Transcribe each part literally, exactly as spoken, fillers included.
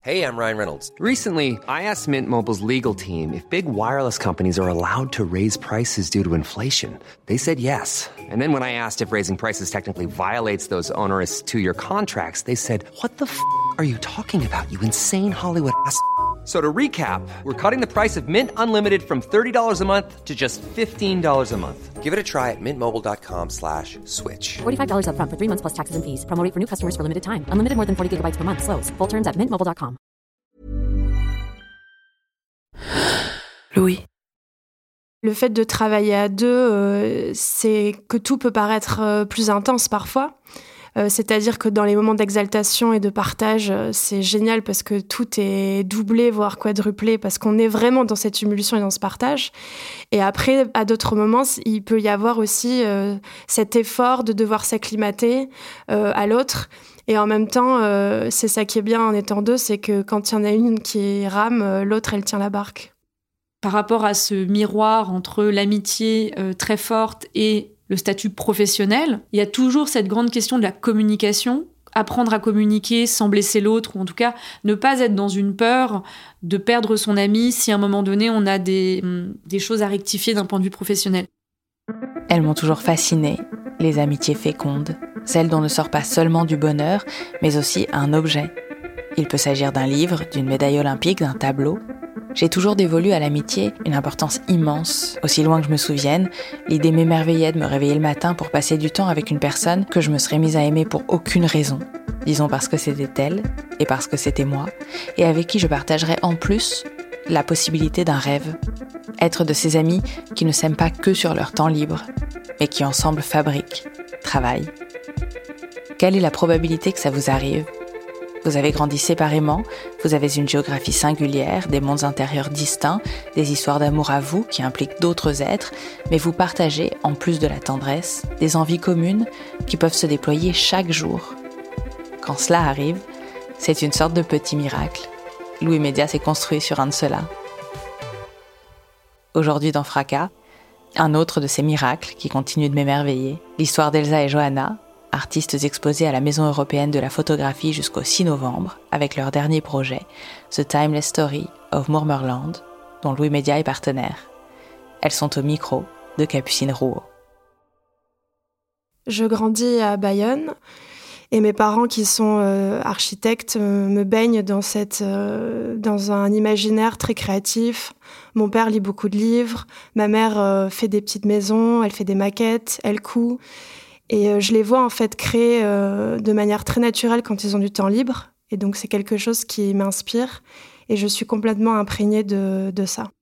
Hey, I'm Ryan Reynolds. Recently, I asked Mint Mobile's legal team if big wireless companies are allowed to raise prices due to inflation. They said yes. And then when I asked if raising prices technically violates those onerous two-year contracts, they said, "What the f*** are you talking about, you insane Hollywood ass f- So to recap, we're cutting the price of Mint Unlimited from thirty dollars a month to just fifteen dollars a month. Give it a try at mintmobile.com slash switch. forty-five dollars up front for three months plus taxes and fees. Promo rate for new customers for limited time. Unlimited more than forty gigabytes per month. Slows full terms at mint mobile dot com. Louis. Le fait de travailler à deux, euh, c'est que tout peut paraître euh, plus intense parfois. Euh, c'est-à-dire que dans les moments d'exaltation et de partage, euh, c'est génial parce que tout est doublé, voire quadruplé, parce qu'on est vraiment dans cette émulsion et dans ce partage. Et après, à d'autres moments, il peut y avoir aussi euh, cet effort de devoir s'acclimater euh, à l'autre. Et en même temps, euh, c'est ça qui est bien en étant deux, c'est que quand il y en a une qui rame, euh, l'autre, elle tient la barque. Par rapport à ce miroir entre l'amitié euh, très forte et le statut professionnel, il y a toujours cette grande question de la communication. Apprendre à communiquer sans blesser l'autre, ou en tout cas ne pas être dans une peur de perdre son ami si à un moment donné on a des, des choses à rectifier d'un point de vue professionnel. Elles m'ont toujours fascinée, les amitiés fécondes, celles dont ne sort pas seulement du bonheur, mais aussi un objet. Il peut s'agir d'un livre, d'une médaille olympique, d'un tableau. J'ai toujours dévolu à l'amitié une importance immense. Aussi loin que je me souvienne, l'idée m'émerveillait de me réveiller le matin pour passer du temps avec une personne que je me serais mise à aimer pour aucune raison. Disons parce que c'était elle, et parce que c'était moi, et avec qui je partagerais en plus la possibilité d'un rêve. Être de ces amis qui ne s'aiment pas que sur leur temps libre, mais qui ensemble fabriquent, travaillent. Quelle est la probabilité que ça vous arrive ? Vous avez grandi séparément, vous avez une géographie singulière, des mondes intérieurs distincts, des histoires d'amour à vous qui impliquent d'autres êtres, mais vous partagez, en plus de la tendresse, des envies communes qui peuvent se déployer chaque jour. Quand cela arrive, c'est une sorte de petit miracle. Louis Média s'est construit sur un de ceux-là. Aujourd'hui dans Fracas, un autre de ces miracles qui continue de m'émerveiller, l'histoire d'Elsa et Johanna, artistes exposés à la Maison européenne de la photographie jusqu'au six novembre, avec leur dernier projet, The Timeless Story of Murmurland, dont Louis Média est partenaire. Elles sont au micro de Capucine Rouault. Je grandis à Bayonne et mes parents, qui sont euh, architectes, euh, me baignent dans, cette, euh, dans un imaginaire très créatif. Mon père lit beaucoup de livres, ma mère euh, fait des petites maisons, elle fait des maquettes, elle coud. Et euh, je les vois en fait créer euh, de manière très naturelle quand ils ont du temps libre. Et donc c'est quelque chose qui m'inspire et je suis complètement imprégnée de, de ça.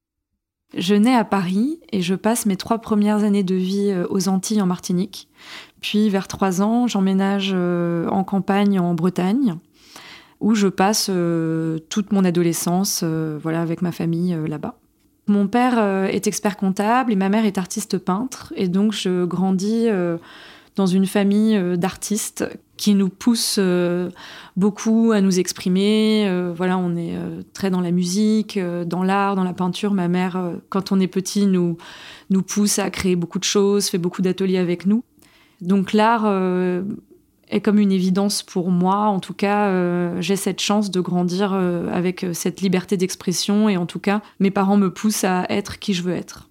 Je nais à Paris et je passe mes trois premières années de vie aux Antilles en Martinique. Puis vers trois ans, j'emménage en campagne en Bretagne, où je passe euh, toute mon adolescence euh, voilà, avec ma famille euh, là-bas. Mon père euh, est expert comptable et ma mère est artiste peintre. Et donc, je grandis euh, dans une famille euh, d'artistes qui nous pousse euh, beaucoup à nous exprimer. Euh, voilà, on est euh, très dans la musique, euh, dans l'art, dans la peinture. Ma mère, euh, quand on est petit, nous, nous pousse à créer beaucoup de choses, fait beaucoup d'ateliers avec nous. Donc l'art euh, est comme une évidence pour moi. En tout cas, euh, j'ai cette chance de grandir euh, avec cette liberté d'expression et en tout cas, mes parents me poussent à être qui je veux être.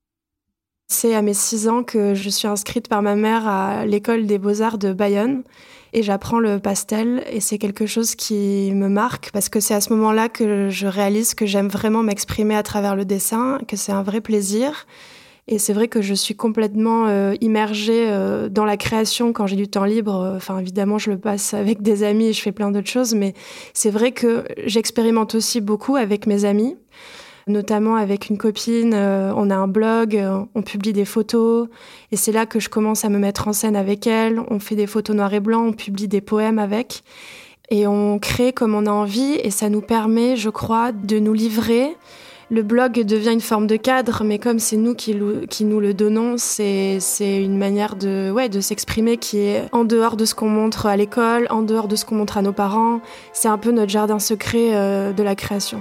C'est à mes six ans que je suis inscrite par ma mère à l'école des beaux-arts de Bayonne et j'apprends le pastel et c'est quelque chose qui me marque parce que c'est à ce moment-là que je réalise que j'aime vraiment m'exprimer à travers le dessin, que c'est un vrai plaisir. Et c'est vrai que je suis complètement euh, immergée euh, dans la création quand j'ai du temps libre. Enfin, évidemment, je le passe avec des amis et je fais plein d'autres choses, mais c'est vrai que j'expérimente aussi beaucoup avec mes amis, notamment avec une copine. Euh, on a un blog, euh, on publie des photos, et c'est là que je commence à me mettre en scène avec elle. On fait des photos noir et blanc, on publie des poèmes avec, et on crée comme on a envie, et ça nous permet, je crois, de nous livrer. Le blog devient une forme de cadre, mais comme c'est nous qui, qui nous le donnons, c'est, c'est une manière de, ouais, de s'exprimer qui est en dehors de ce qu'on montre à l'école, en dehors de ce qu'on montre à nos parents. C'est un peu notre jardin secret euh, de la création.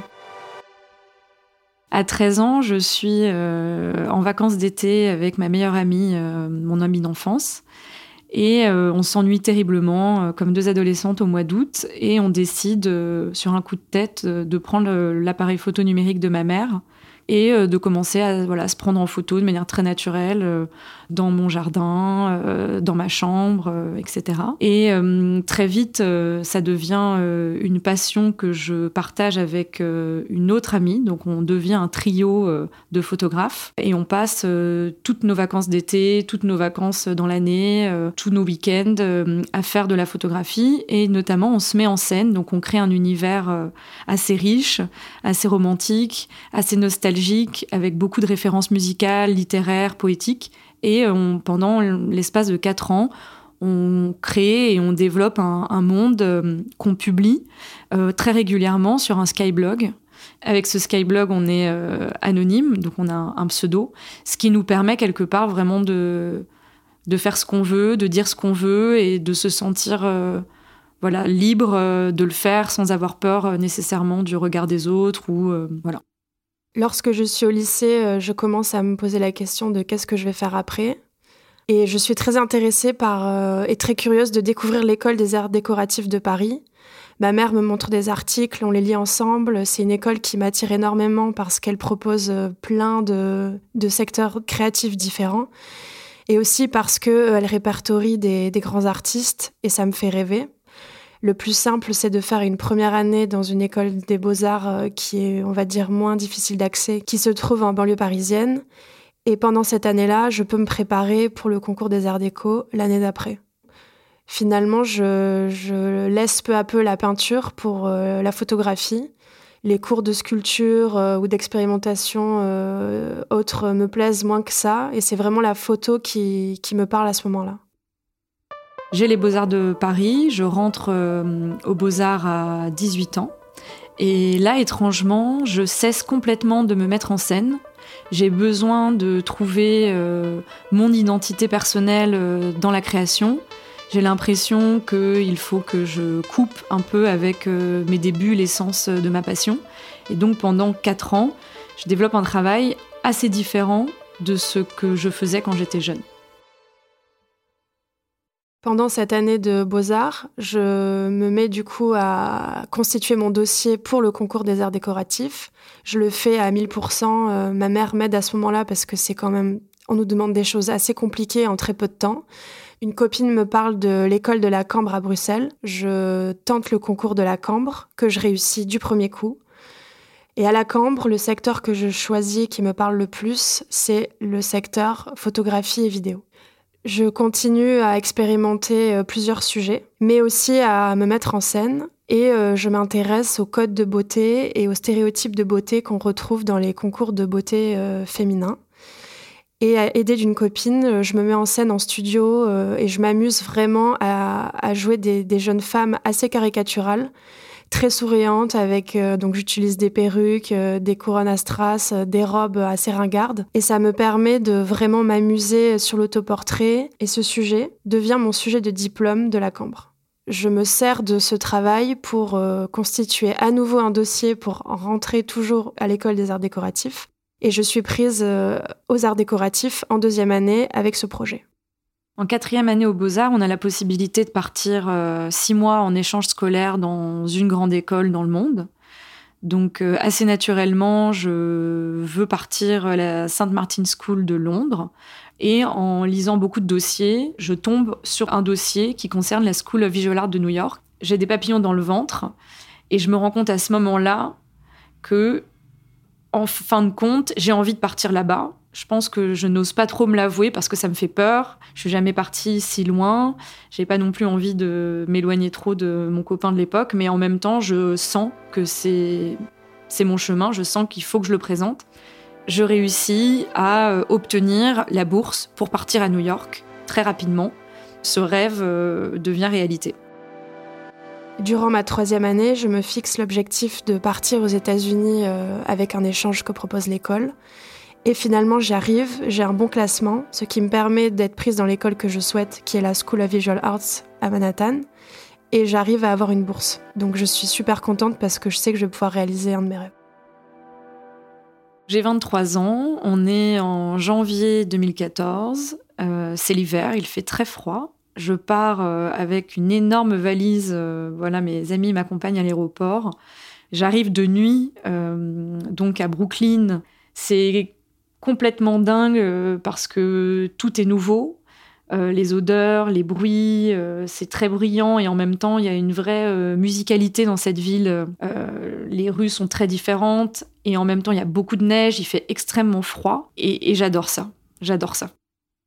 À treize ans, je suis euh, en vacances d'été avec ma meilleure amie, euh, mon amie d'enfance. Et euh, on s'ennuie terriblement, euh, comme deux adolescentes au mois d'août, et on décide, euh, sur un coup de tête, euh, de prendre euh, l'appareil photo numérique de ma mère et euh, de commencer à voilà, se prendre en photo de manière très naturelle euh, dans mon jardin, euh, dans ma chambre, euh, et cetera. Et euh, très vite, euh, ça devient euh, une passion que je partage avec euh, une autre amie. Donc on devient un trio euh, de photographes et on passe euh, toutes nos vacances d'été, toutes nos vacances dans l'année, euh, tous nos week-ends euh, à faire de la photographie. Et notamment, on se met en scène. Donc on crée un univers euh, assez riche, assez romantique, assez nostalgique, avec beaucoup de références musicales, littéraires, poétiques. Et on, pendant l'espace de quatre ans, on crée et on développe un, un monde euh, qu'on publie euh, très régulièrement sur un Skyblog. Avec ce Skyblog, on est euh, anonyme, donc on a un, un pseudo, ce qui nous permet quelque part vraiment de, de faire ce qu'on veut, de dire ce qu'on veut et de se sentir euh, voilà, libre euh, de le faire sans avoir peur euh, nécessairement du regard des autres. Ou, euh, voilà. Lorsque je suis au lycée, je commence à me poser la question de qu'est-ce que je vais faire après. Et je suis très intéressée par, euh, et très curieuse de découvrir l'école des arts décoratifs de Paris. Ma mère me montre des articles, on les lit ensemble. C'est une école qui m'attire énormément parce qu'elle propose plein de, de secteurs créatifs différents. Et aussi parce qu'elle répertorie des, des grands artistes et ça me fait rêver. Le plus simple, c'est de faire une première année dans une école des beaux-arts qui est, on va dire, moins difficile d'accès, qui se trouve en banlieue parisienne. Et pendant cette année-là, je peux me préparer pour le concours des arts déco l'année d'après. Finalement, je, je laisse peu à peu la peinture pour euh, la photographie. Les cours de sculpture euh, ou d'expérimentation euh, autres me plaisent moins que ça. Et c'est vraiment la photo qui, qui me parle à ce moment-là. J'ai les Beaux-Arts de Paris, je rentre euh, aux Beaux-Arts à dix-huit ans. Et là, étrangement, je cesse complètement de me mettre en scène. J'ai besoin de trouver euh, mon identité personnelle euh, dans la création. J'ai l'impression qu'il faut que je coupe un peu avec euh, mes débuts l'essence de ma passion. Et donc, pendant quatre ans, je développe un travail assez différent de ce que je faisais quand j'étais jeune. Pendant cette année de Beaux-Arts, je me mets du coup à constituer mon dossier pour le concours des arts décoratifs. Je le fais à mille pour cent. Euh, ma mère m'aide à ce moment-là parce que c'est quand même, on nous demande des choses assez compliquées en très peu de temps. Une copine me parle de l'école de la Cambre à Bruxelles. Je tente le concours de la Cambre, que je réussis du premier coup. Et à la Cambre, le secteur que je choisis qui me parle le plus, c'est le secteur photographie et vidéo. Je continue à expérimenter plusieurs sujets, mais aussi à me mettre en scène. Et je m'intéresse aux codes de beauté et aux stéréotypes de beauté qu'on retrouve dans les concours de beauté féminins. Et aidée d'une copine, je me mets en scène en studio et je m'amuse vraiment à, à jouer des, des jeunes femmes assez caricaturales, très souriante, avec euh, donc j'utilise des perruques, euh, des couronnes à strass, euh, des robes assez ringardes. Et ça me permet de vraiment m'amuser sur l'autoportrait. Et ce sujet devient mon sujet de diplôme de la Cambre. Je me sers de ce travail pour euh, constituer à nouveau un dossier pour rentrer toujours à l'école des arts décoratifs. Et je suis prise euh, aux arts décoratifs en deuxième année avec ce projet. En quatrième année aux Beaux-Arts, on a la possibilité de partir euh, six mois en échange scolaire dans une grande école dans le monde. Donc, euh, assez naturellement, je veux partir à la Saint Martin's School de Londres. Et en lisant beaucoup de dossiers, je tombe sur un dossier qui concerne la School of Visual Art de New York. J'ai des papillons dans le ventre et je me rends compte à ce moment-là que, en fin de compte, j'ai envie de partir là-bas. Je pense que je n'ose pas trop me l'avouer parce que ça me fait peur. Je suis jamais partie si loin. J'ai pas non plus envie de m'éloigner trop de mon copain de l'époque, mais en même temps, je sens que c'est, c'est mon chemin. Je sens qu'il faut que je le présente. Je réussis à obtenir la bourse pour partir à New York très rapidement. Ce rêve euh, devient réalité. Durant ma troisième année, je me fixe l'objectif de partir aux États-Unis euh, avec un échange que propose l'école. Et finalement, j'y arrive, j'ai un bon classement, ce qui me permet d'être prise dans l'école que je souhaite, qui est la School of Visual Arts à Manhattan. Et j'arrive à avoir une bourse. Donc je suis super contente parce que je sais que je vais pouvoir réaliser un de mes rêves. J'ai vingt-trois ans, on est en janvier deux mille quatorze, euh, c'est l'hiver, il fait très froid. Je pars euh, avec une énorme valise. Euh, voilà, mes amis m'accompagnent à l'aéroport. J'arrive de nuit, euh, donc à Brooklyn. C'est complètement dingue euh, parce que tout est nouveau. Euh, les odeurs, les bruits, euh, c'est très bruyant et en même temps, il y a une vraie euh, musicalité dans cette ville. Euh, les rues sont très différentes et en même temps, il y a beaucoup de neige, il fait extrêmement froid et, et j'adore ça. J'adore ça.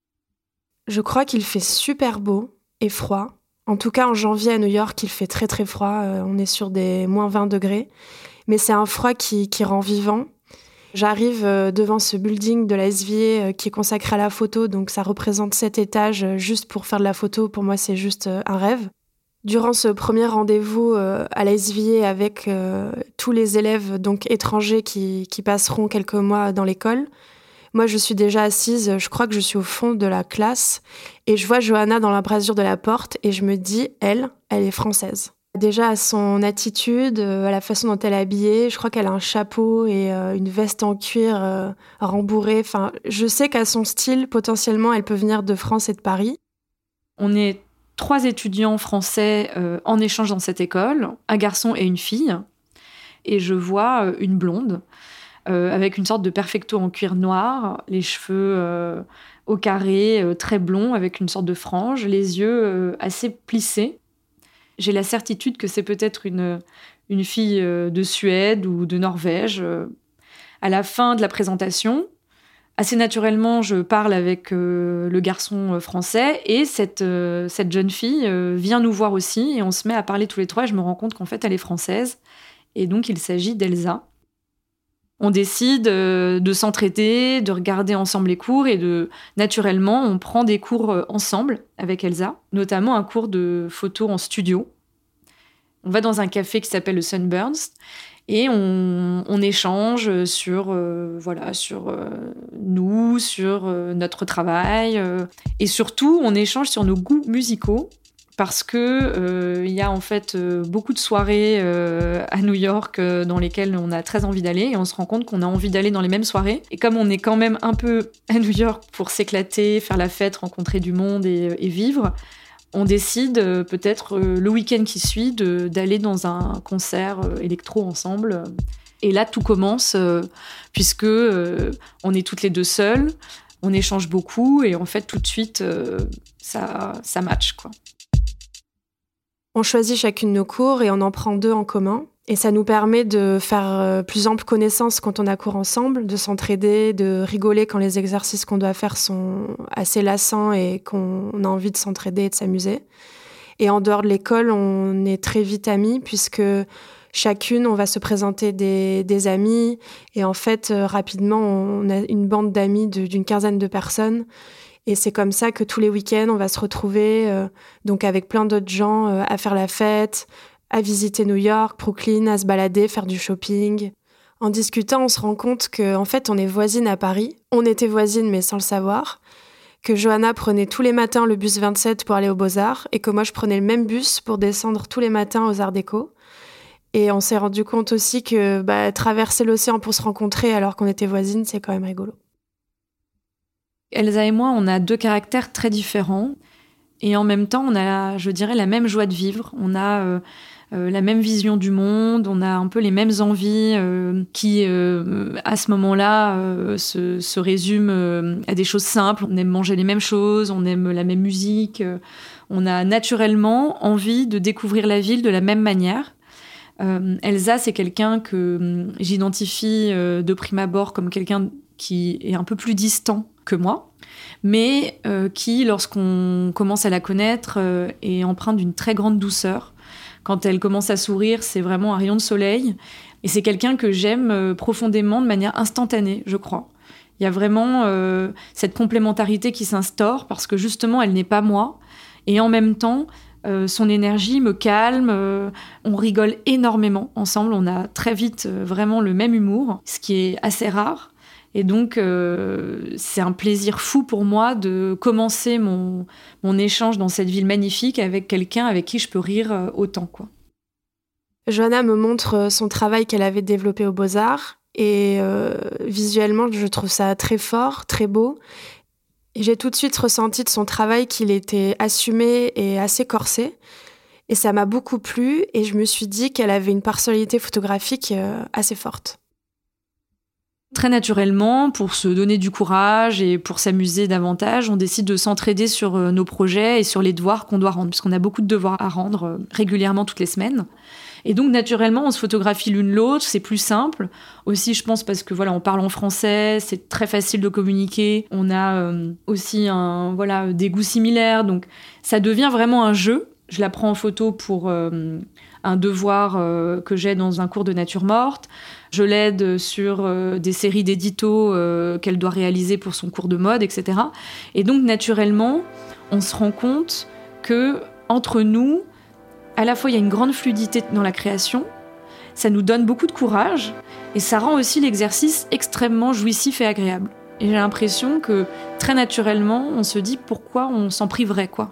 Je crois qu'il fait super beau et froid. En tout cas, en janvier à New York, il fait très très froid. Euh, on est sur des moins vingt degrés. Mais c'est un froid qui, qui rend vivant. J'arrive euh, devant ce building de la S V A euh, qui est consacré à la photo. Donc ça représente sept étages euh, juste pour faire de la photo. Pour moi, c'est juste euh, un rêve. Durant ce premier rendez-vous euh, à la S V A avec euh, tous les élèves donc étrangers qui, qui passeront quelques mois dans l'école, moi, je suis déjà assise, je crois que je suis au fond de la classe et je vois Johanna dans l'embrasure de la porte et je me dis, elle, elle est française. Déjà à son attitude, à la façon dont elle est habillée, je crois qu'elle a un chapeau et une veste en cuir rembourrée. Enfin, je sais qu'à son style, potentiellement, elle peut venir de France et de Paris. On est trois étudiants français euh, en échange dans cette école, un garçon et une fille. Et je vois euh, une blonde Euh, avec une sorte de perfecto en cuir noir, les cheveux euh, au carré, euh, très blonds, avec une sorte de frange, les yeux euh, assez plissés. J'ai la certitude que c'est peut-être une, une fille euh, de Suède ou de Norvège. À la fin de la présentation, assez naturellement, je parle avec euh, le garçon français et cette, euh, cette jeune fille euh, vient nous voir aussi et on se met à parler tous les trois et je me rends compte qu'en fait, elle est française. Et donc, il s'agit d'Elsa. On décide de s'entraider, de regarder ensemble les cours et de, naturellement, on prend des cours ensemble avec Elsa, notamment un cours de photo en studio. On va dans un café qui s'appelle le Sunburst et on, on échange sur, euh, voilà, sur euh, nous, sur euh, notre travail euh, et surtout, on échange sur nos goûts musicaux. Parce que euh, y a en fait euh, beaucoup de soirées euh, à New York euh, dans lesquelles on a très envie d'aller et on se rend compte qu'on a envie d'aller dans les mêmes soirées. Et comme on est quand même un peu à New York pour s'éclater, faire la fête, rencontrer du monde et, et vivre, on décide euh, peut-être euh, le week-end qui suit de, d'aller dans un concert euh, électro ensemble. Et là, tout commence euh, puisque euh, on est toutes les deux seules, on échange beaucoup et en fait tout de suite euh, ça, ça match, quoi. On choisit chacune nos cours et on en prend deux en commun. Et ça nous permet de faire plus ample connaissance quand on a cours ensemble, de s'entraider, de rigoler quand les exercices qu'on doit faire sont assez lassants et qu'on a envie de s'entraider et de s'amuser. Et en dehors de l'école, on est très vite amis puisque chacune, on va se présenter des, des amis. Et en fait, rapidement, on a une bande d'amis de, d'une quinzaine de personnes. Et c'est comme ça que tous les week-ends, on va se retrouver euh, donc avec plein d'autres gens euh, à faire la fête, à visiter New York, Brooklyn, à se balader, faire du shopping. En discutant, on se rend compte qu'en fait, on est voisines à Paris. On était voisines, mais sans le savoir. Que Johanna prenait tous les matins le bus vingt-sept pour aller aux Beaux-Arts et que moi, je prenais le même bus pour descendre tous les matins aux Arts Déco. Et on s'est rendu compte aussi que bah, traverser l'océan pour se rencontrer alors qu'on était voisines, c'est quand même rigolo. Elsa et moi, on a deux caractères très différents et en même temps, on a, je dirais, la même joie de vivre. On a euh, euh, la même vision du monde, on a un peu les mêmes envies euh, qui, euh, à ce moment-là, euh, se, se résument euh, à des choses simples. On aime manger les mêmes choses, on aime la même musique. Euh, on a naturellement envie de découvrir la ville de la même manière. Euh, Elsa, c'est quelqu'un que euh, j'identifie euh, de prime abord comme quelqu'un qui est un peu plus distant que moi, mais euh, qui, lorsqu'on commence à la connaître, euh, est empreinte d'une très grande douceur. Quand elle commence à sourire, c'est vraiment un rayon de soleil. Et c'est quelqu'un que j'aime euh, profondément de manière instantanée, je crois. Il y a vraiment euh, cette complémentarité qui s'instaure parce que justement, elle n'est pas moi. Et en même temps, euh, son énergie me calme. Euh, on rigole énormément ensemble. On a très vite euh, vraiment le même humour, ce qui est assez rare. Et donc, euh, c'est un plaisir fou pour moi de commencer mon, mon échange dans cette ville magnifique avec quelqu'un avec qui je peux rire autant, quoi. Johanna me montre son travail qu'elle avait développé aux Beaux-Arts. Et euh, visuellement, je trouve ça très fort, très beau. Et j'ai tout de suite ressenti de son travail qu'il était assumé et assez corsé. Et ça m'a beaucoup plu et je me suis dit qu'elle avait une personnalité photographique assez forte. Très naturellement, pour se donner du courage et pour s'amuser davantage, on décide de s'entraider sur nos projets et sur les devoirs qu'on doit rendre, puisqu'on a beaucoup de devoirs à rendre régulièrement toutes les semaines. Et donc, naturellement, on se photographie l'une l'autre, c'est plus simple. Aussi, je pense, parce que voilà, on parle en français, c'est très facile de communiquer. On a euh, aussi un, voilà, des goûts similaires, donc ça devient vraiment un jeu. Je la prends en photo pour euh, un devoir euh, que j'ai dans un cours de nature morte. Je l'aide sur euh, des séries d'éditos euh, qu'elle doit réaliser pour son cours de mode, et cetera. Et donc, naturellement, on se rend compte que entre nous, à la fois, il y a une grande fluidité dans la création, ça nous donne beaucoup de courage, et ça rend aussi l'exercice extrêmement jouissif et agréable. Et j'ai l'impression que, très naturellement, on se dit pourquoi on s'en priverait, quoi.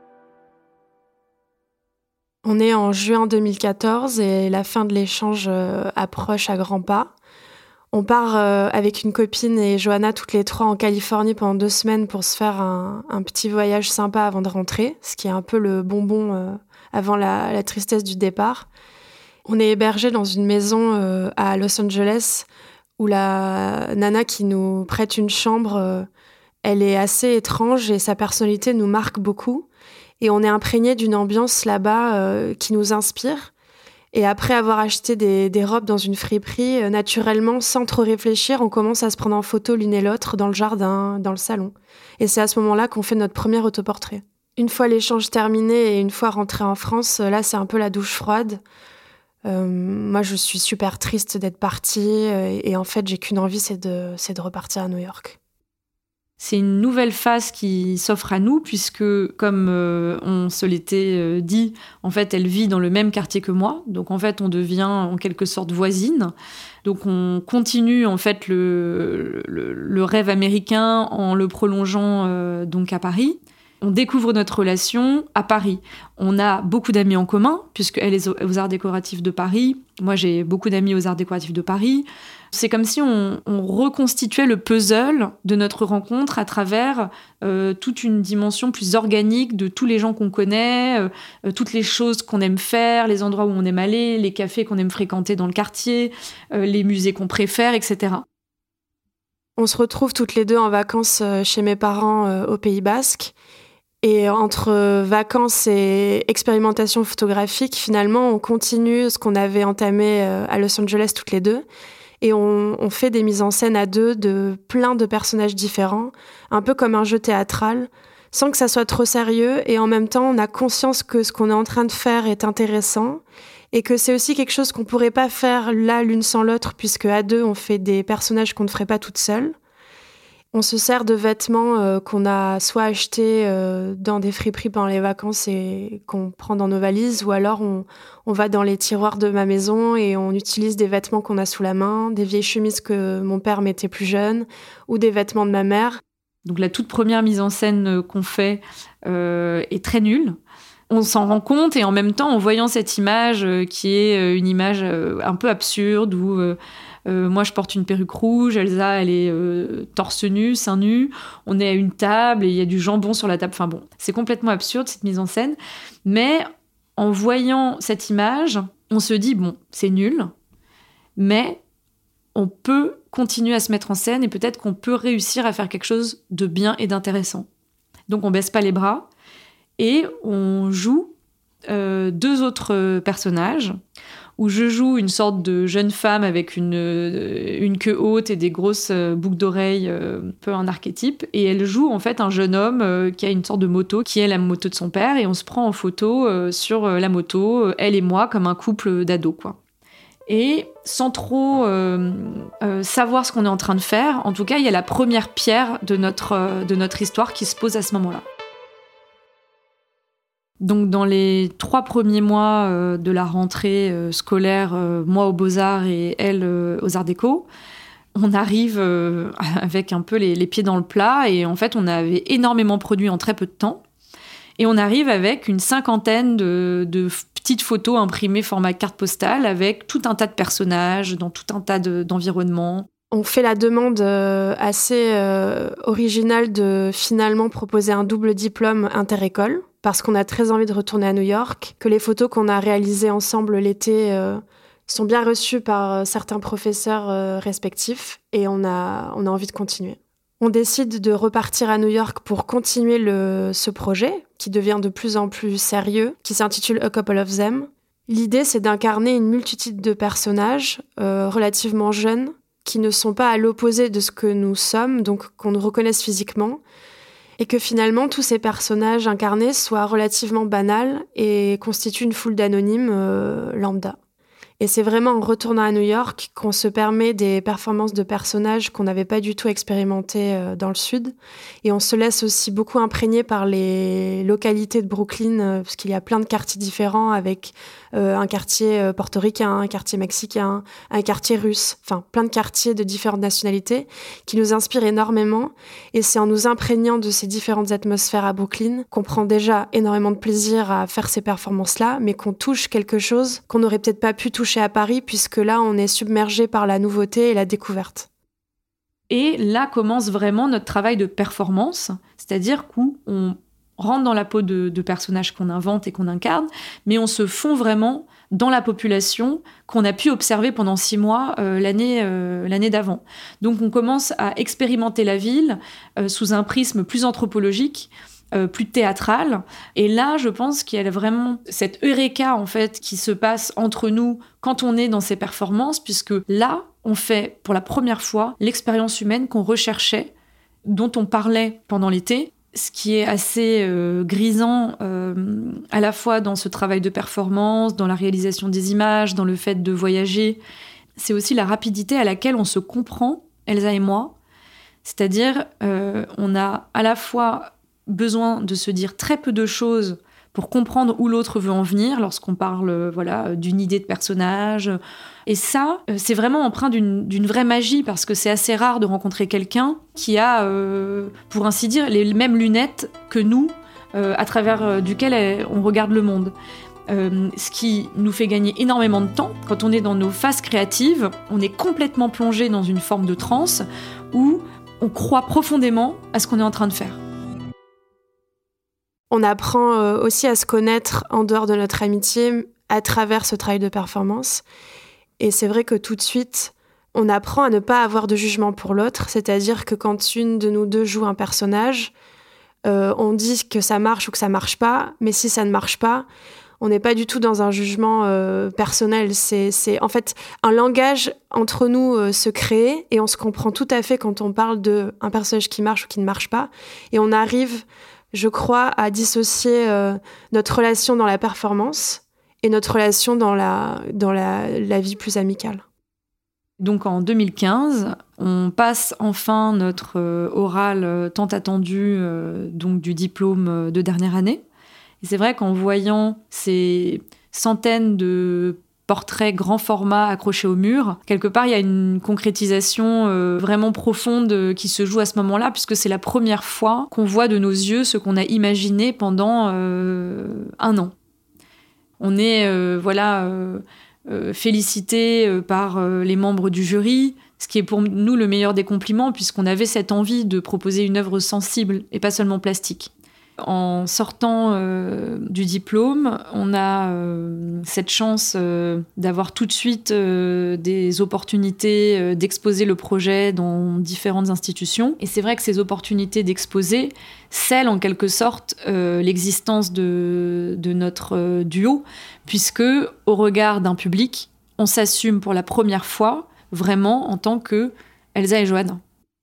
On est en juin deux mille quatorze et la fin de l'échange euh, approche à grands pas. On part euh, avec une copine et Johanna toutes les trois en Californie pendant deux semaines pour se faire un, un petit voyage sympa avant de rentrer, ce qui est un peu le bonbon euh, avant la, la tristesse du départ. On est hébergés dans une maison euh, à Los Angeles où la nana qui nous prête une chambre, euh, elle est assez étrange et sa personnalité nous marque beaucoup. Et on est imprégné d'une ambiance là-bas euh, qui nous inspire. Et après avoir acheté des, des robes dans une friperie, euh, naturellement, sans trop réfléchir, on commence à se prendre en photo l'une et l'autre dans le jardin, dans le salon. Et c'est à ce moment-là qu'on fait notre premier autoportrait. Une fois l'échange terminé et une fois rentré en France, là, c'est un peu la douche froide. Euh, moi, je suis super triste d'être partie. Euh, et en fait, j'ai qu'une envie, c'est de, c'est de repartir à New York. C'est une nouvelle phase qui s'offre à nous, puisque, comme euh, on se l'était euh, dit, en fait, elle vit dans le même quartier que moi. Donc, en fait, on devient en quelque sorte voisine. Donc, on continue, en fait, le, le, le rêve américain en le prolongeant euh, donc à Paris. On découvre notre relation à Paris. On a beaucoup d'amis en commun, puisqu'elle est aux Arts décoratifs de Paris. Moi, j'ai beaucoup d'amis aux Arts décoratifs de Paris. C'est comme si on, on reconstituait le puzzle de notre rencontre à travers euh, toute une dimension plus organique de tous les gens qu'on connaît, euh, toutes les choses qu'on aime faire, les endroits où on aime aller, les cafés qu'on aime fréquenter dans le quartier, euh, les musées qu'on préfère, et cetera. On se retrouve toutes les deux en vacances chez mes parents euh, au Pays Basque. Et entre vacances et expérimentation photographique, finalement, on continue ce qu'on avait entamé à Los Angeles toutes les deux. Et on, on fait des mises en scène à deux de plein de personnages différents, un peu comme un jeu théâtral, sans que ça soit trop sérieux. Et en même temps, on a conscience que ce qu'on est en train de faire est intéressant et que c'est aussi quelque chose qu'on pourrait pas faire là l'une sans l'autre, puisque à deux, on fait des personnages qu'on ne ferait pas toute seule. On se sert de vêtements euh, qu'on a soit achetés euh, dans des friperies pendant les vacances et qu'on prend dans nos valises, ou alors on, on va dans les tiroirs de ma maison et on utilise des vêtements qu'on a sous la main, des vieilles chemises que mon père mettait plus jeune, ou des vêtements de ma mère. Donc la toute première mise en scène qu'on fait euh, est très nulle. On s'en rend compte et en même temps, en voyant cette image euh, qui est une image euh, un peu absurde où euh, euh, moi je porte une perruque rouge, Elsa elle est euh, torse nu, seins nus, on est à une table et il y a du jambon sur la table. Enfin bon, c'est complètement absurde cette mise en scène. Mais en voyant cette image, on se dit bon, c'est nul, mais on peut continuer à se mettre en scène et peut-être qu'on peut réussir à faire quelque chose de bien et d'intéressant. Donc on baisse pas les bras. Et on joue euh, deux autres personnages, où je joue une sorte de jeune femme avec une, une queue haute et des grosses boucles d'oreilles, euh, un peu un archétype. Et elle joue en fait un jeune homme euh, qui a une sorte de moto, qui est la moto de son père. Et on se prend en photo euh, sur la moto, elle et moi, comme un couple d'ados, quoi. Et sans trop euh, euh, savoir ce qu'on est en train de faire, en tout cas, il y a la première pierre de notre, euh, de notre histoire qui se pose à ce moment-là. Donc dans les trois premiers mois euh, de la rentrée euh, scolaire, euh, moi aux Beaux-Arts et elle euh, aux Arts Déco, on arrive euh, avec un peu les, les pieds dans le plat et en fait on avait énormément produit en très peu de temps. Et on arrive avec une cinquantaine de, de petites photos imprimées format carte postale avec tout un tas de personnages dans tout un tas de, d'environnements. On fait la demande euh, assez euh, originale de finalement proposer un double diplôme inter-école, parce qu'on a très envie de retourner à New York, que les photos qu'on a réalisées ensemble l'été euh, sont bien reçues par euh, certains professeurs euh, respectifs, et on a, on a envie de continuer. On décide de repartir à New York pour continuer le, ce projet, qui devient de plus en plus sérieux, qui s'intitule A Couple of Them. L'idée, c'est d'incarner une multitude de personnages euh, relativement jeunes, qui ne sont pas à l'opposé de ce que nous sommes, donc qu'on nous reconnaisse physiquement, et que finalement tous ces personnages incarnés soient relativement banals et constituent une foule d'anonymes euh, lambda. Et c'est vraiment en retournant à New York qu'on se permet des performances de personnages qu'on n'avait pas du tout expérimentées euh, dans le Sud. Et on se laisse aussi beaucoup imprégner par les localités de Brooklyn, euh, parce qu'il y a plein de quartiers différents, avec euh, un quartier euh, portoricain, un quartier mexicain, un quartier russe, enfin plein de quartiers de différentes nationalités qui nous inspirent énormément. Et c'est en nous imprégnant de ces différentes atmosphères à Brooklyn qu'on prend déjà énormément de plaisir à faire ces performances-là, mais qu'on touche quelque chose qu'on n'aurait peut-être pas pu toucher à Paris, puisque là, on est submergé par la nouveauté et la découverte. Et là commence vraiment notre travail de performance, c'est-à-dire qu'on rentre dans la peau de, de personnages qu'on invente et qu'on incarne, mais on se fond vraiment dans la population qu'on a pu observer pendant six mois euh, l'année, euh, l'année d'avant. Donc on commence à expérimenter la ville euh, sous un prisme plus anthropologique, Euh, plus théâtrale. Et là, je pense qu'il y a vraiment cette eureka, en fait, qui se passe entre nous quand on est dans ces performances, puisque là, on fait pour la première fois l'expérience humaine qu'on recherchait, dont on parlait pendant l'été, ce qui est assez euh, grisant euh, à la fois dans ce travail de performance, dans la réalisation des images, dans le fait de voyager. C'est aussi la rapidité à laquelle on se comprend, Elsa et moi. C'est-à-dire, euh, on a à la fois besoin de se dire très peu de choses pour comprendre où l'autre veut en venir lorsqu'on parle euh, voilà, d'une idée de personnage. Et ça, euh, c'est vraiment empreint d'une, d'une vraie magie, parce que c'est assez rare de rencontrer quelqu'un qui a, euh, pour ainsi dire, les mêmes lunettes que nous, euh, à travers euh, duquel on regarde le monde. Euh, ce qui nous fait gagner énormément de temps. Quand on est dans nos phases créatives, on est complètement plongé dans une forme de transe où on croit profondément à ce qu'on est en train de faire. On apprend aussi à se connaître en dehors de notre amitié à travers ce travail de performance. Et c'est vrai que tout de suite, on apprend à ne pas avoir de jugement pour l'autre. C'est-à-dire que quand une de nous deux joue un personnage, euh, on dit que ça marche ou que ça marche pas. Mais si ça ne marche pas, on n'est pas du tout dans un jugement euh, personnel. C'est, c'est en fait un langage entre nous euh, se crée, et on se comprend tout à fait quand on parle d'un personnage qui marche ou qui ne marche pas. Et on arrive, je crois, à dissocier euh, notre relation dans la performance et notre relation dans la, dans la, la vie plus amicale. Donc en deux mille quinze, on passe enfin notre euh, oral euh, tant attendu euh, donc du diplôme de dernière année. Et c'est vrai qu'en voyant ces centaines de portraits grand format accrochés au mur, quelque part, il y a une concrétisation euh, vraiment profonde euh, qui se joue à ce moment-là, puisque c'est la première fois qu'on voit de nos yeux ce qu'on a imaginé pendant euh, un an. On est euh, voilà, euh, euh, félicité euh, par euh, les membres du jury, ce qui est pour nous le meilleur des compliments, puisqu'on avait cette envie de proposer une œuvre sensible et pas seulement plastique. En sortant euh, du diplôme, on a euh, cette chance euh, d'avoir tout de suite euh, des opportunités euh, d'exposer le projet dans différentes institutions. Et c'est vrai que ces opportunités d'exposer scellent en quelque sorte euh, l'existence de, de notre euh, duo, puisque au regard d'un public, on s'assume pour la première fois vraiment en tant que Elsa et Johanna.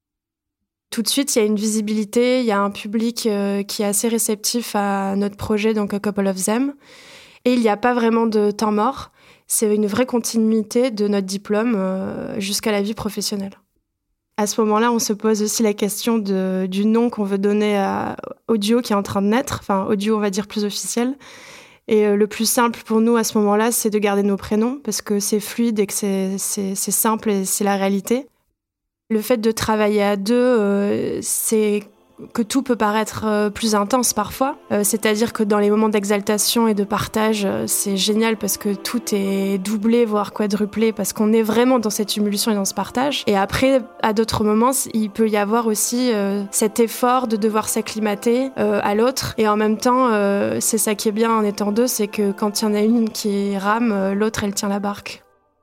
Tout de suite, il y a une visibilité, il y a un public euh, qui est assez réceptif à notre projet, donc A Couple of Them. Et il n'y a pas vraiment de temps mort. C'est une vraie continuité de notre diplôme euh, jusqu'à la vie professionnelle. À ce moment-là, on se pose aussi la question de, du nom qu'on veut donner à, au duo qui est en train de naître, enfin au duo, on va dire, plus officiel. Et euh, le plus simple pour nous à ce moment-là, c'est de garder nos prénoms, parce que c'est fluide et que c'est, c'est, c'est simple et c'est la réalité. Le fait de travailler à deux, euh, c'est que tout peut paraître euh, plus intense parfois. Euh, c'est-à-dire que dans les moments d'exaltation et de partage, euh, c'est génial parce que tout est doublé, voire quadruplé, parce qu'on est vraiment dans cette émulsion et dans ce partage. Et après, à d'autres moments, il peut y avoir aussi euh, cet effort de devoir s'acclimater euh, à l'autre. Et en même temps, euh, c'est ça qui est bien en étant deux, c'est que quand il y en a une qui rame, euh, l'autre, elle tient la barque.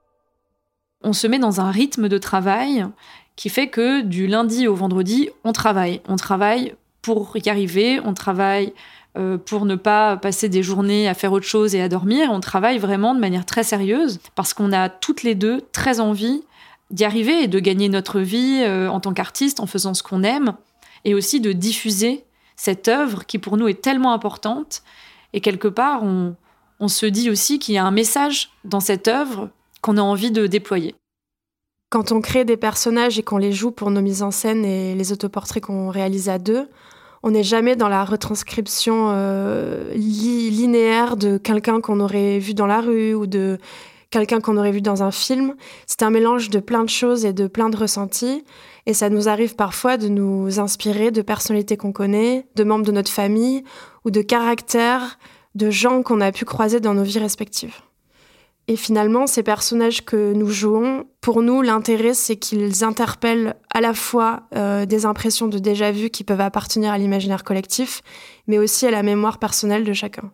On se met dans un rythme de travail qui fait que du lundi au vendredi, on travaille. On travaille pour y arriver, on travaille euh, pour ne pas passer des journées à faire autre chose et à dormir. On travaille vraiment de manière très sérieuse parce qu'on a toutes les deux très envie d'y arriver et de gagner notre vie euh, en tant qu'artiste en faisant ce qu'on aime et aussi de diffuser cette œuvre qui pour nous est tellement importante. Et quelque part, on, on se dit aussi qu'il y a un message dans cette œuvre qu'on a envie de déployer. Quand on crée des personnages et qu'on les joue pour nos mises en scène et les autoportraits qu'on réalise à deux, on n'est jamais dans la retranscription euh, li- linéaire de quelqu'un qu'on aurait vu dans la rue ou de quelqu'un qu'on aurait vu dans un film. C'est un mélange de plein de choses et de plein de ressentis. Et ça nous arrive parfois de nous inspirer de personnalités qu'on connaît, de membres de notre famille ou de caractères, de gens qu'on a pu croiser dans nos vies respectives. Et finalement, ces personnages que nous jouons, pour nous, l'intérêt, c'est qu'ils interpellent à la fois euh, des impressions de déjà-vu qui peuvent appartenir à l'imaginaire collectif, mais aussi à la mémoire personnelle de chacun.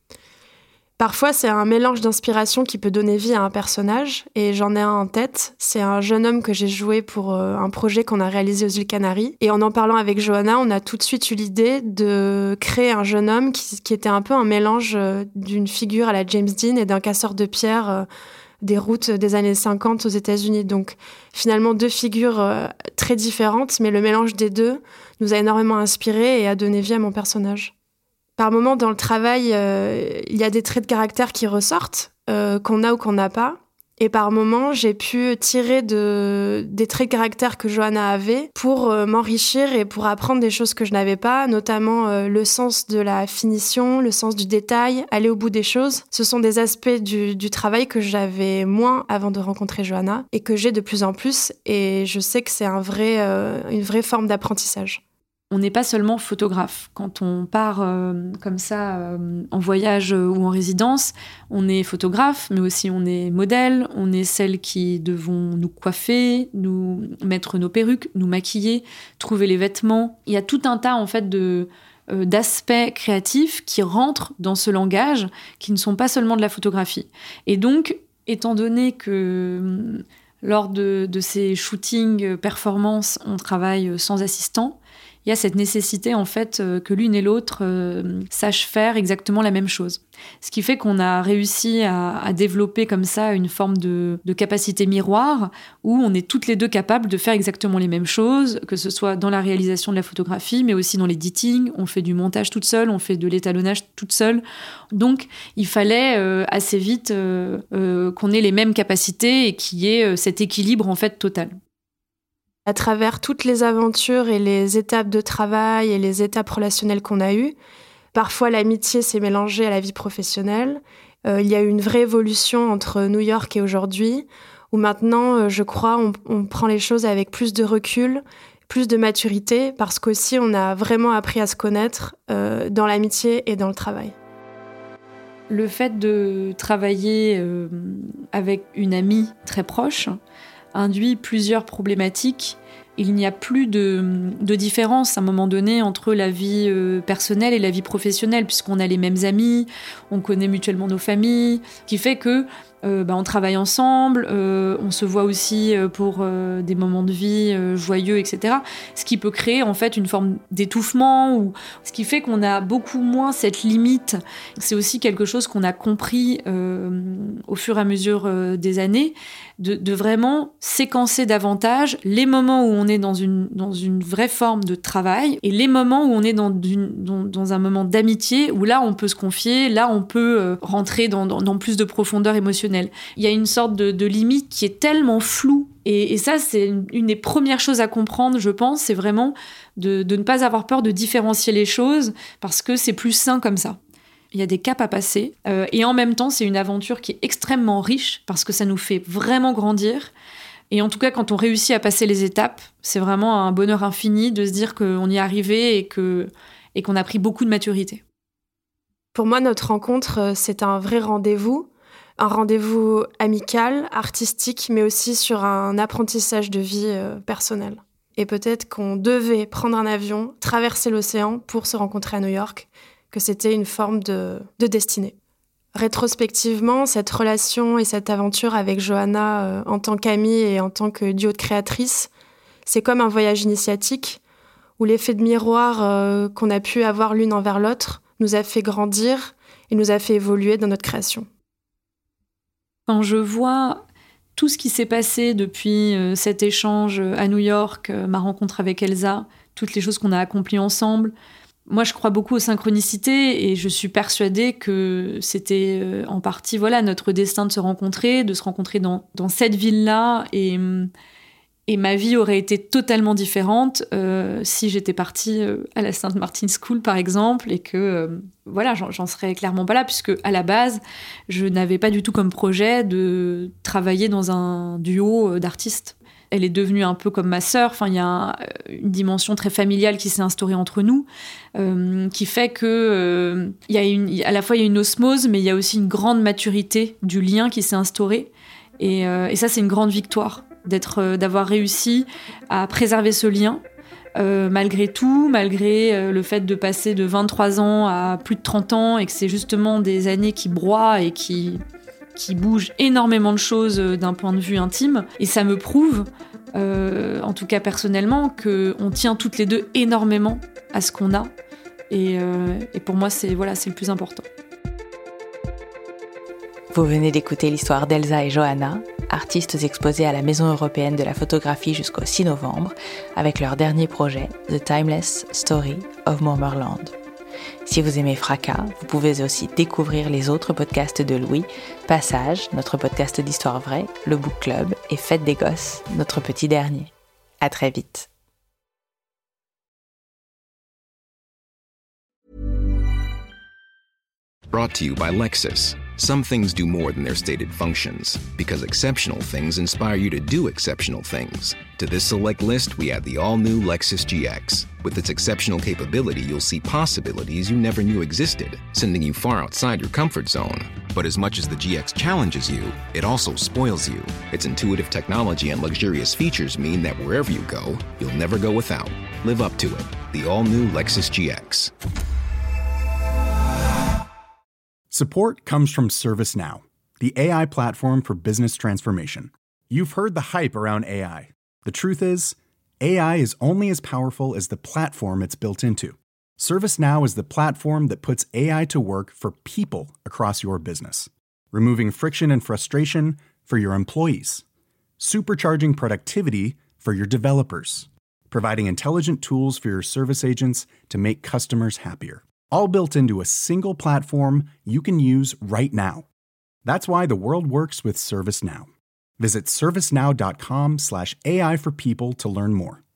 Parfois, c'est un mélange d'inspiration qui peut donner vie à un personnage, et j'en ai un en tête. C'est un jeune homme que j'ai joué pour euh, un projet qu'on a réalisé aux îles Canaries. Et en en parlant avec Johanna, on a tout de suite eu l'idée de créer un jeune homme qui, qui était un peu un mélange euh, d'une figure à la James Dean et d'un casseur de pierre euh, des routes des années cinquante aux États-Unis. Donc finalement, deux figures euh, très différentes, mais le mélange des deux nous a énormément inspirés et a donné vie à mon personnage. Par moments, dans le travail, euh, il y a des traits de caractère qui ressortent, euh, qu'on a ou qu'on n'a pas. Et par moments, j'ai pu tirer de, des traits de caractère que Johanna avait pour euh, m'enrichir et pour apprendre des choses que je n'avais pas, notamment euh, le sens de la finition, le sens du détail, aller au bout des choses. Ce sont des aspects du, du travail que j'avais moins avant de rencontrer Johanna et que j'ai de plus en plus. Et je sais que c'est un vrai, euh, une vraie forme d'apprentissage. On n'est pas seulement photographe. Quand on part euh, comme ça euh, en voyage euh, ou en résidence, on est photographe, mais aussi on est modèle, on est celle qui devons nous coiffer, nous mettre nos perruques, nous maquiller, trouver les vêtements. Il y a tout un tas en fait de, euh, d'aspects créatifs qui rentrent dans ce langage, qui ne sont pas seulement de la photographie. Et donc, étant donné que euh, lors de, de ces shootings performances, on travaille sans assistant, il y a cette nécessité en fait que l'une et l'autre euh, sachent faire exactement la même chose. Ce qui fait qu'on a réussi à, à développer comme ça une forme de, de capacité miroir où on est toutes les deux capables de faire exactement les mêmes choses, que ce soit dans la réalisation de la photographie, mais aussi dans l'editing. On fait du montage toute seule, on fait de l'étalonnage toute seule. Donc il fallait euh, assez vite euh, euh, qu'on ait les mêmes capacités et qu'il y ait euh, cet équilibre en fait total. À travers toutes les aventures et les étapes de travail et les étapes relationnelles qu'on a eues, parfois l'amitié s'est mélangée à la vie professionnelle. Euh, il y a eu une vraie évolution entre New York et aujourd'hui, où maintenant, euh, je crois, on, on prend les choses avec plus de recul, plus de maturité, parce qu'aussi on a vraiment appris à se connaître euh, dans l'amitié et dans le travail. Le fait de travailler euh, avec une amie très proche induit plusieurs problématiques. Il n'y a plus de, de différence à un moment donné entre la vie euh, personnelle et la vie professionnelle, puisqu'on a les mêmes amis, on connaît mutuellement nos familles, ce qui fait que euh, bah, on travaille ensemble, euh, on se voit aussi euh, pour euh, des moments de vie euh, joyeux, et cetera. Ce qui peut créer en fait une forme d'étouffement, ou ce qui fait qu'on a beaucoup moins cette limite. C'est aussi quelque chose qu'on a compris euh, au fur et à mesure euh, des années, de, de vraiment séquencer davantage les moments où on est dans une, dans une vraie forme de travail et les moments où on est dans, une, dans, dans un moment d'amitié, où là on peut se confier, là on peut euh, rentrer dans, dans, dans plus de profondeur émotionnelle. Il y a une sorte de, de limite qui est tellement floue. Et, et ça, c'est une, une des premières choses à comprendre, je pense, c'est vraiment de, de ne pas avoir peur de différencier les choses, parce que c'est plus sain comme ça. Il y a des caps à passer. Euh, et en même temps, c'est une aventure qui est extrêmement riche, parce que ça nous fait vraiment grandir. Et en tout cas, quand on réussit à passer les étapes, c'est vraiment un bonheur infini de se dire qu'on y est arrivé et, que, et qu'on a pris beaucoup de maturité. Pour moi, notre rencontre, c'est un vrai rendez-vous. Un rendez-vous amical, artistique, mais aussi sur un apprentissage de vie euh, personnel. Et peut-être qu'on devait prendre un avion, traverser l'océan pour se rencontrer à New York, que c'était une forme de, de destinée. Rétrospectivement, cette relation et cette aventure avec Johanna euh, en tant qu'amie et en tant que duo de créatrice, c'est comme un voyage initiatique où l'effet de miroir euh, qu'on a pu avoir l'une envers l'autre nous a fait grandir et nous a fait évoluer dans notre création. Quand je vois tout ce qui s'est passé depuis euh, cet échange à New York, euh, ma rencontre avec Elsa, toutes les choses qu'on a accomplies ensemble, moi je crois beaucoup aux synchronicités et je suis persuadée que c'était euh, en partie voilà, notre destin de se rencontrer, de se rencontrer dans, dans cette ville-là et, et ma vie aurait été totalement différente euh, si j'étais partie euh, à la Saint Martin's School par exemple et que euh, voilà, j'en, j'en serais clairement pas là puisque à la base je n'avais pas du tout comme projet de travailler dans un duo d'artistes. Elle est devenue un peu comme ma sœur. Enfin, il y a un, une dimension très familiale qui s'est instaurée entre nous, euh, qui fait que euh, il y a une, à la fois il y a une osmose, mais il y a aussi une grande maturité du lien qui s'est instauré. Et, euh, et ça, c'est une grande victoire d'être, euh, d'avoir réussi à préserver ce lien. Euh, malgré tout, malgré euh, le fait de passer de vingt-trois ans à plus de trente ans et que c'est justement des années qui broient et qui, qui bougent énormément de choses euh, d'un point de vue intime. Et ça me prouve, euh, en tout cas personnellement, qu'on tient toutes les deux énormément à ce qu'on a. Et, euh, et pour moi, c'est, voilà, c'est le plus important. Vous venez d'écouter l'histoire d'Elsa et Johanna, artistes exposées à la Maison européenne de la photographie jusqu'au six novembre, avec leur dernier projet, The Timeless Story of Mormorland. Si vous aimez Fracas, vous pouvez aussi découvrir les autres podcasts de Louis, Passage, notre podcast d'histoire vraie, le Book Club et Fête des Gosses, notre petit dernier. À très vite. Brought to you by Lexus. Some things do more than their stated functions, because exceptional things inspire you to do exceptional things. To this select list, we add the all-new Lexus G X. With its exceptional capability, you'll see possibilities you never knew existed, sending you far outside your comfort zone. But as much as the G X challenges you, it also spoils you. Its intuitive technology and luxurious features mean that wherever you go, you'll never go without. Live up to it. The all-new Lexus G X. Support comes from ServiceNow, the A I platform for business transformation. You've heard the hype around A I. The truth is, A I is only as powerful as the platform it's built into. ServiceNow is the platform that puts A I to work for people across your business, removing friction and frustration for your employees, supercharging productivity for your developers, providing intelligent tools for your service agents to make customers happier. All built into a single platform you can use right now. That's why the world works with ServiceNow. Visit servicenow.com slash AI for people to learn more.